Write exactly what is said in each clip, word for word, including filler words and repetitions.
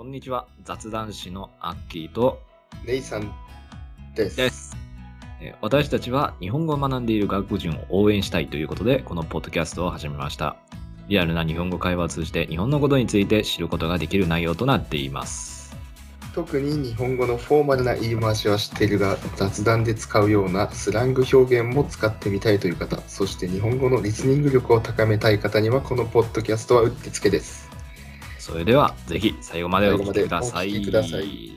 こんにちは。雑談師のアッキーとネイさんです。 です。えー私たちは日本語を学んでいる外国人を応援したいということで、このポッドキャストを始めました。リアルな日本語会話を通じて日本のことについて知ることができる内容となっています。 特に日本語のフォーマルな言い回しは知っているが、雑談で使うようなスラング表現も使ってみたいという方、そして日本語のリスニング力を高めたい方にはこのポッドキャストはうってつけです。 それではぜひ最後までお聞きください。 最後までお聞きください。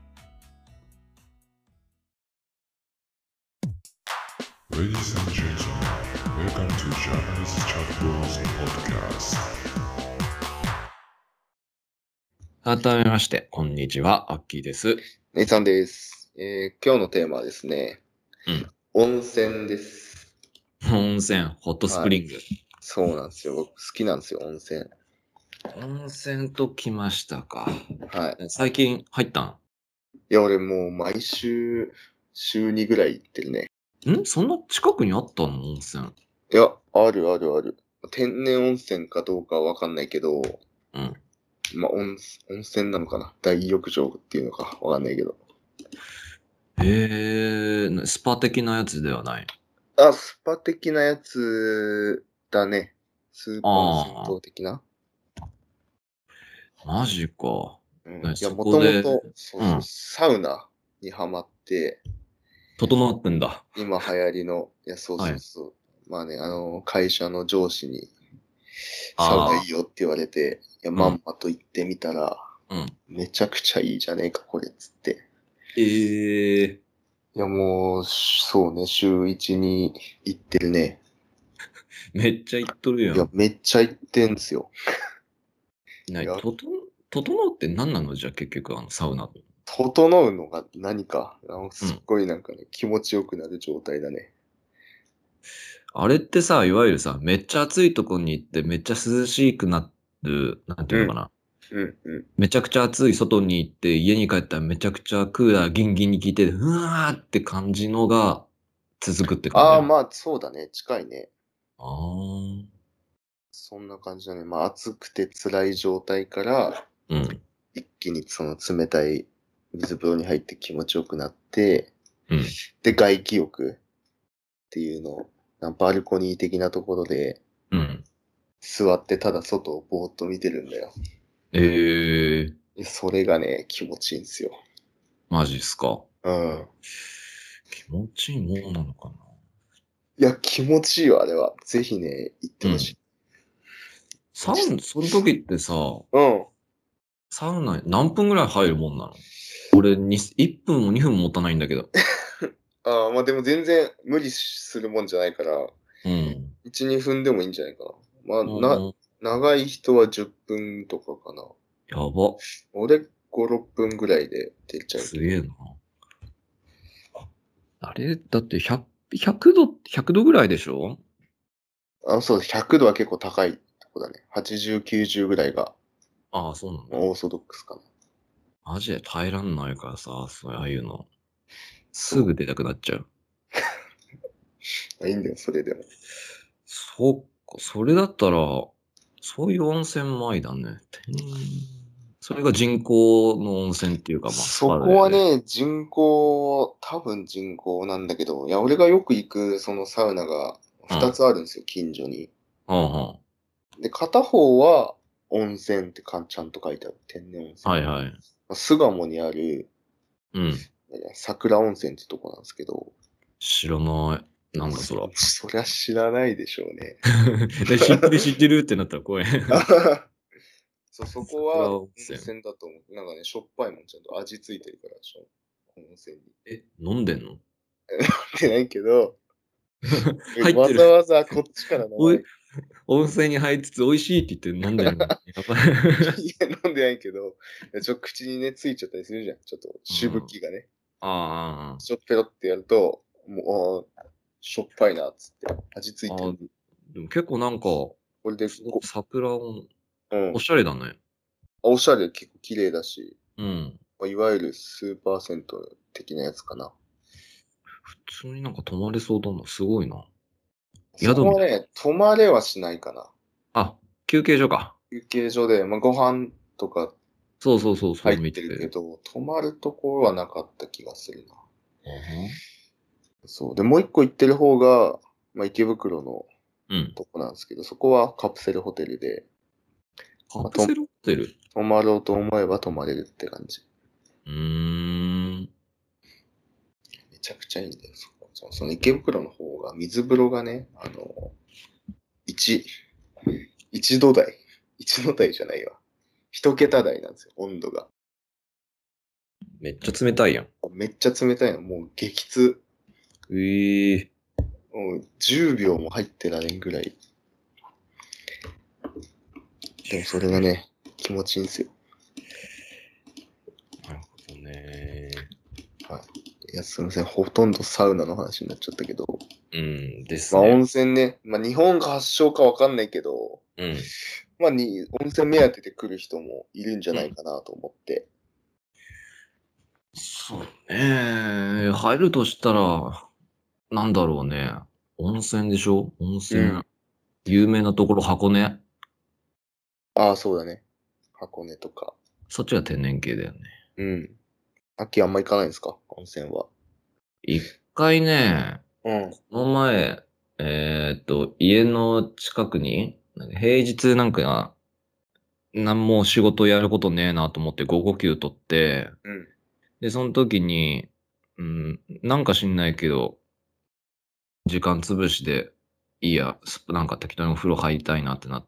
Ladies and gentlemen, welcome to Japanese Chat Bros Podcast. 改めまして、こんにちは、アッキーです。 ネイさんです、えー。今日のテーマはですね、 うん、 温泉です。 温泉、ホットスプリング。はい、 そうなんですよ。僕好きなんですよ、温泉。 温泉ときましたか。 はい。 最近入ったん？ いや、俺もう毎週、週にぐらい行ってるね。 んそんな近くにあったの温泉？ いや、あるあるある。天然温泉かどうかはわかんないけど、 うん。 まあ、温、温泉なのかな、大浴場っていうのかわかんないけど。 へえ、スパ的なやつではない？ あ、スパ的なやつだね。スーパー銭湯的な。 マジか。 うん、いや、 そもともこで、 と、そうそう、 うん、 サウナにハマって、 整ってんだ。 今流行りの、いや、そうそうそう。はい、まあね、あの、会社の上司に、サウナいいよって言われて、いや、まんまと行ってみたら、うん、めちゃくちゃいいじゃねえか、これっつって。 ええー。 いや、もう、そうね、週一に行ってるね。 めっちゃ行っとるやん。 いや、めっちゃ行ってんすよ。 なに、とと、整うって何なのじゃあ結局、あの、サウナ。 整うのが何か、あのすっごいなんかね、うん、気持ちよくなる状態だね。 あれってさ、いわゆるさ、めっちゃ暑いとこに行って、めっちゃ涼しくなる、なんていうのかな。 うん、うん、うん。 めちゃくちゃ暑い外に行って、家に帰ったらめちゃくちゃクーラーギンギンに効いて、うわーって感じのが続くって感じ。 ああ、まあ、そうだね。近いね。 ああ。 そんな感じだね。まあ、暑くて辛い状態から、 うん、 一気にその冷たい水風呂に入って気持ちよくなって、 うん、 で、外気浴っていうのを、バルコニー的なところで、うん、座ってただ外をぼーっと見てるんだよ。 ええー。 それがね、気持ちいいんですよ。 マジっすか。 うん。 気持ちいいもんなのかな。 いや、気持ちいいわ、あれは。ぜひね、行ってほしい。うん、 サウナ、その時ってさ、 うん。 サウナ何分ぐらい入るもんなの？俺に、いっぷんもにふんも持たないんだけど。 ああ、まあでも全然無理するもんじゃないから、うん。いち、にふんでもいいんじゃないかな。まあ、な、長い人はじゅっぷんとかかな。 やば。 俺ご、ろっぷんぐらいで出ちゃう。 すげえな。あれだってひゃく、ひゃくど、ひゃくどぐらいでしょ？ あ、そう、ひゃくどは結構高いとこだね。はちじゅう、きゅうじゅうぐらいが。 ああ、そうなんだ。 オーソドックスかな。 マジで耐えらんないからさ、そうああいうの。すぐ出たくなっちゃう。 いいんだよ、それでも。 そっか、それだったら、そういう温泉前だね。それが人工の温泉っていうか、まあ、 そこはね、人工、多分人工なんだけど、いや、俺がよく行くそのサウナがふたつあるんですよ、うん、近所に。うんうん。で、片方は温泉ってかんちゃんと書いてある、天然温泉。はいはい。巣鴨にある、うん。桜温泉ってとこなんですけど。 知らない。なんだそら。 そりゃ知らないでしょうね。 知ってる知ってるってなったら怖い。 そう、そこは温泉だと思う。なんかね、しょっぱいもんちゃんと味ついてるから、温泉に。 え、飲んでんの？ 飲んでないけど、 入ってる。 わざわざこっちから飲まない。 温泉に入りつつ美味しいって言って飲んでんの？やばい。 いや、飲んでないけど、ちょっと口にね、ついちゃったりするじゃん。ちょっと、しぶきがね。うん、ああ。ちょっとペロってやると、もう、しょっぱいな、っつって。味ついてる。 でも結構なんか、これで桜を、うん、おしゃれだね。 おしゃれ、結構綺麗だし。うん。いわゆるスーパー銭湯的なやつかな。 普通になんか泊まれそうだな。すごいな。 そこはね、泊まれはしないかな。 あ、休憩所か。 休憩所で、まあ、ご飯とかそうそうそう、そう見て入ってるけど、泊まるところはなかった気がするな。そう。で、もう一個行ってる方が、まあ、池袋のうん。 とこなんですけど、そこはカプセルホテルで、 カプセルホテル泊まろうと思えば泊まれるって感じ。 うーん。 めちゃくちゃいいんだよ、そこ。その池袋の方が、水風呂がね、あの、一、一度台。一度台じゃないわ。一桁台なんですよ、温度が。 めっちゃ冷たいやん。 めっちゃ冷たいの、もう激痛。 ええもうじゅうびょうも入ってられんぐらい。でもそれがね、気持ちいいんですよ。 なるほどね。 はい。いや、すみません。ほとんどサウナの話になっちゃったけど。 うんですまあ温ね。 泉ね、まあ日本が発祥かわかんないけど、 うん。 まあに、温泉目当てで来る人もいるんじゃないかなと思って。 そうね。入るとしたら、なんだろうね。温泉でしょ温泉。 うん有名なところ箱根。 ああ、そうだね。箱根とか。 そっちは天然系だよね。 うん。秋あんま行かないんですか温泉は。 一回ね、 うん。 この前、えーっと、家の近くに、なんか平日なんか、なんも仕事やることねえなと思って午後休取って、 うん。 で、その時に、うん、なんか知んないけど、時間潰しで、いいや、スなんか適当にお風呂入りたいなってなって、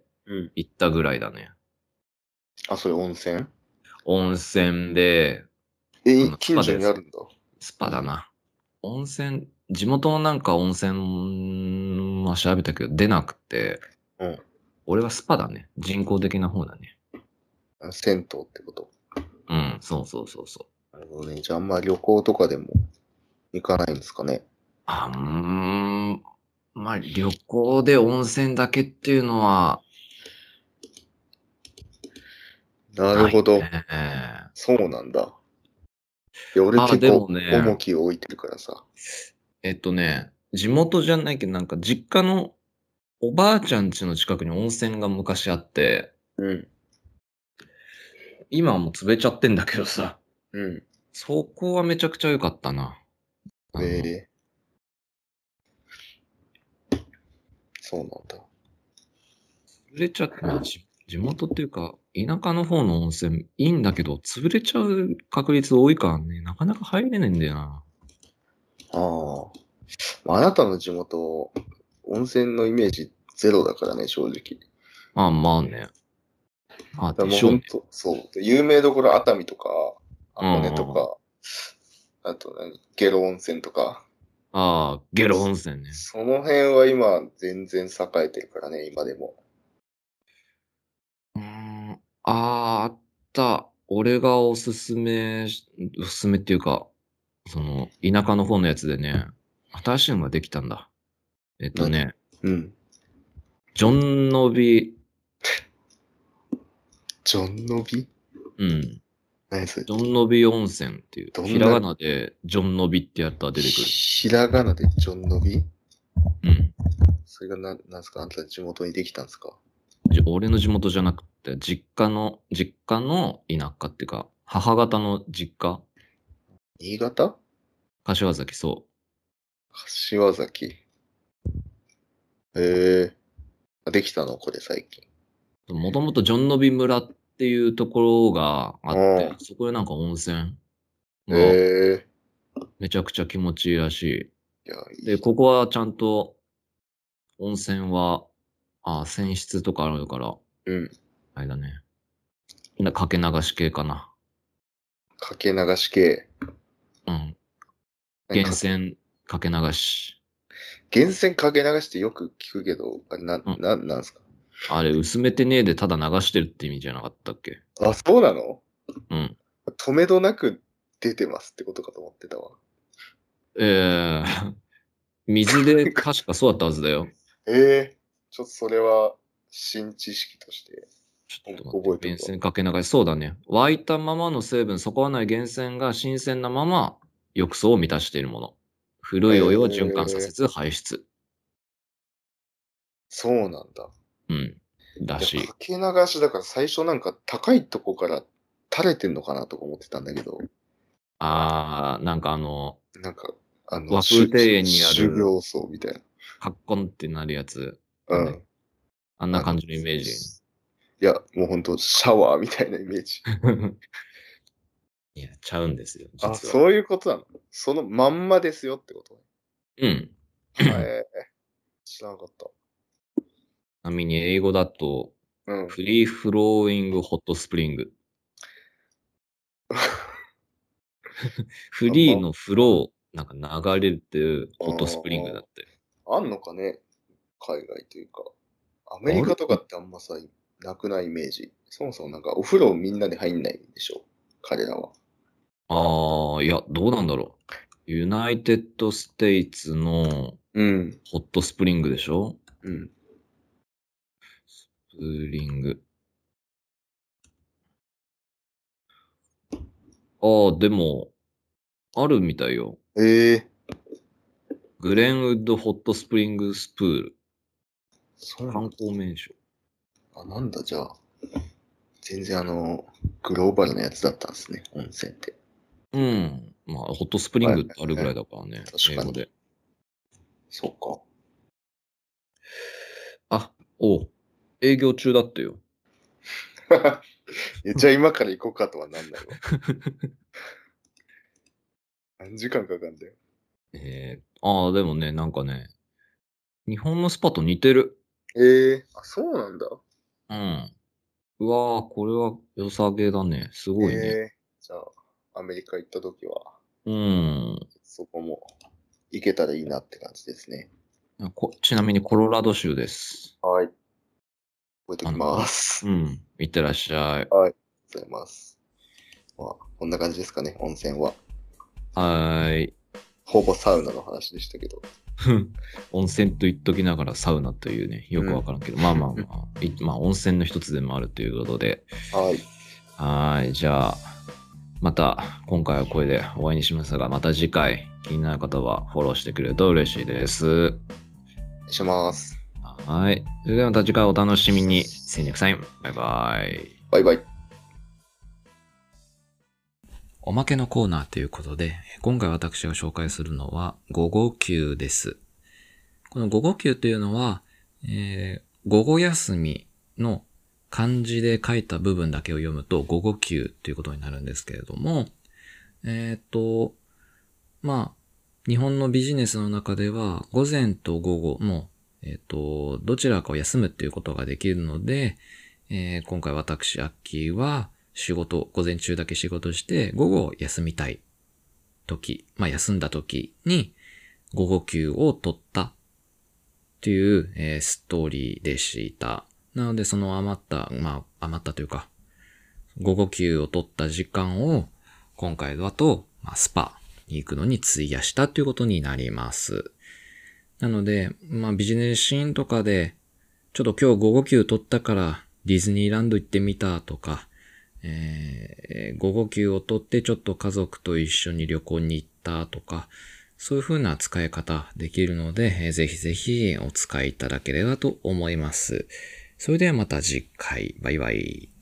うん。 行ったぐらいだね。 あ、それ温泉温泉で、 え、 あのス近パです。 所にあるんだ。 スパだな。温泉、地元のなんか温泉は調べたけど出なくて、 うん。 俺はスパだね。人工的な方だね。 あ銭湯ってこと。 うん、そうそうそうそう。 なるほどね。じゃああんま旅行とかでも行かないんですかね。 あうーん、まあ旅行で温泉だけっていうのはないなるほど。 ね。 そうなんだ。いや、俺あ、で結構もね、 重きを置いてるからさ。 えっとね、地元じゃないけどなんか実家のおばあちゃん家の近くに温泉が昔あって、 うん。 今はもう潰れちゃってんだけどさ、 うん。 そこはめちゃくちゃ良かったな。あの、 ええそうなんだ。 潰れちゃって、まあ、じ地元っていうか、田舎の方の温泉いいんだけど、潰れちゃう確率多いからね、なかなか入れないんだよな。 ああ。まああなたの地元、温泉のイメージゼロだからね、正直。 まあまあね。まあだからでしょうね。 もうほんと、そう。有名どころ熱海とか、 うん箱根とうん。 か、あと何、ゲロ温泉とか。 ああ、ゲロ温泉ね。 その辺は今全然栄えてるからね、今でも。 うーん。ああ、あった。俺がおすすめし、おすすめっていうか、その、田舎の方のやつでね、新しいのができたんだ。えっと何ね、 うん。 ジョンノビ、 ジョンノビうん。 何それジョンノビ温泉っていう、 どんな、 ひらがなでジョンノビってやったら出てくる。 ひらがなでジョンノビうん。 それがな、なんすかあんた地元にできたんですかじ俺の地元じゃなくて、実家の、実家の田舎っていうか、母方の実家、 新潟柏崎、そ柏崎。へえ。できたのこれ最近。 う。もともとジョンノビ村っていうところがあって、 あそこでなんか温泉あ。へがえ。 めちゃくちゃ気持ちいいらしいや、 い。で、 いい。 ここはちゃんと温泉は、あ、泉質とかあるから、 うん。 あれだね。なかけ流し系かな。 かけ流し系。 うん。 何か源泉かけ流し。 源泉かけ流しってよく聞くけど、あれな、 うん。 な、なんすかあれ、薄めてねえでただ流してるって意味じゃなかったっけ？ あ、そうなのうん。 止めどなく出てますってことかと思ってたわ。 えー、水で確かそうだったはずだよ。 ええちょっとそれは新知識としてちょっと待って、 覚えておくわ。 源泉かけ流し。そうだね。沸いたままの成分、損わない源泉が新鮮なまま浴槽を満たしているもの。古いお湯を循環させええず排出。 そうなんだ。 うん。 だし。 かけ流しだから最初なんか高いとこから垂れてんのかなとか思ってたんだけど。 あー、なんかあの、 なんか、あの、 和風庭園にある修行僧みたいな。 カッコンってなるやつ。 うん。 あんな感じのイメージ。 いや、もうほんとシャワーみたいなイメージ。 いや、ちゃうんですよ。実は。 あ、そういうことなの？そのまんまですよってこと？ うん。 はい。知らなかった。ちなみに英語だと、 うん、 フリーフローイングホットスプリング。フリーのフロー、なんか流れるっていうホットスプリングだって。 あんのかね、海外というか。アメリカとかってあんまさ、なくないイメージ。そもそもなんかお風呂みんなで入んないんでしょ、彼らは。 ああ、いや、どうなんだろう。ユナイテッドステイツのホットスプリングでしょ？ うん。 スプリング。ああ、でも、あるみたいよ。 ええー。 グレンウッドホットスプリングスプール。 そう観光名所。 あ、なんだ、じゃあ。全然あの、グローバルなやつだったんですね、温泉って。 うん。まあ、ホットスプリングってあるぐらいだからね。 確かに。 で。 そうか。 あ、おう。営業中だってよ。 じゃあ今から行こうかとはなんないわ。何時間かかんだよ。 えー、ああ、でもね、なんかね、日本のスパと似てる。 ええー、あ、そうなんだ。 うん。うわー、これは良さげだね。すごいね。 えー、じゃあ、アメリカ行った時は、 うん。 そこも行けたらいいなって感じですね。 こちなみにコロラド州です。 はい。覚えておきます。 うん。いってらっしゃい。 はい。ありがとうございます。まあ、こんな感じですかね、温泉は。 はーい。 ほぼサウナの話でしたけど。 温泉と言っときながらサウナというね、よくわからんけど、うん、まあまあまあ、いまあ温泉の一つでもあるということで。 はい。 はい。じゃあ、また今回はこれで終わりにしますが、また次回気になる方はフォローしてくれると嬉しいです。お願いします。 はい。それではまた次回お楽しみに。See you next time. バイバイ。 バイバイ。 おまけのコーナーということで、今回私が紹介するのは午後休です。この午後休というのは、えー、午後休みの漢字で書いた部分だけを読むと午後休ということになるんですけれども、えっと、まあ、日本のビジネスの中では午前と午後の、えっと、どちらかを休むっていうことができるので、えー、今回私、アッキーは仕事、午前中だけ仕事して、午後休みたい時、まあ休んだ時に午後休を取ったっていう、えー、ストーリーでした。なのでその余った、まあ余ったというか、午後休を取った時間を今回だと、まあ、スパに行くのに費やしたということになります。なので、まあビジネスシーンとかで、ちょっと今日午後休取ったからディズニーランド行ってみたとか、えー、午後休を取ってちょっと家族と一緒に旅行に行ったとか、そういう風な使い方できるので、えー、ぜひぜひお使いいただければと思います。それではまた次回。バイバイ。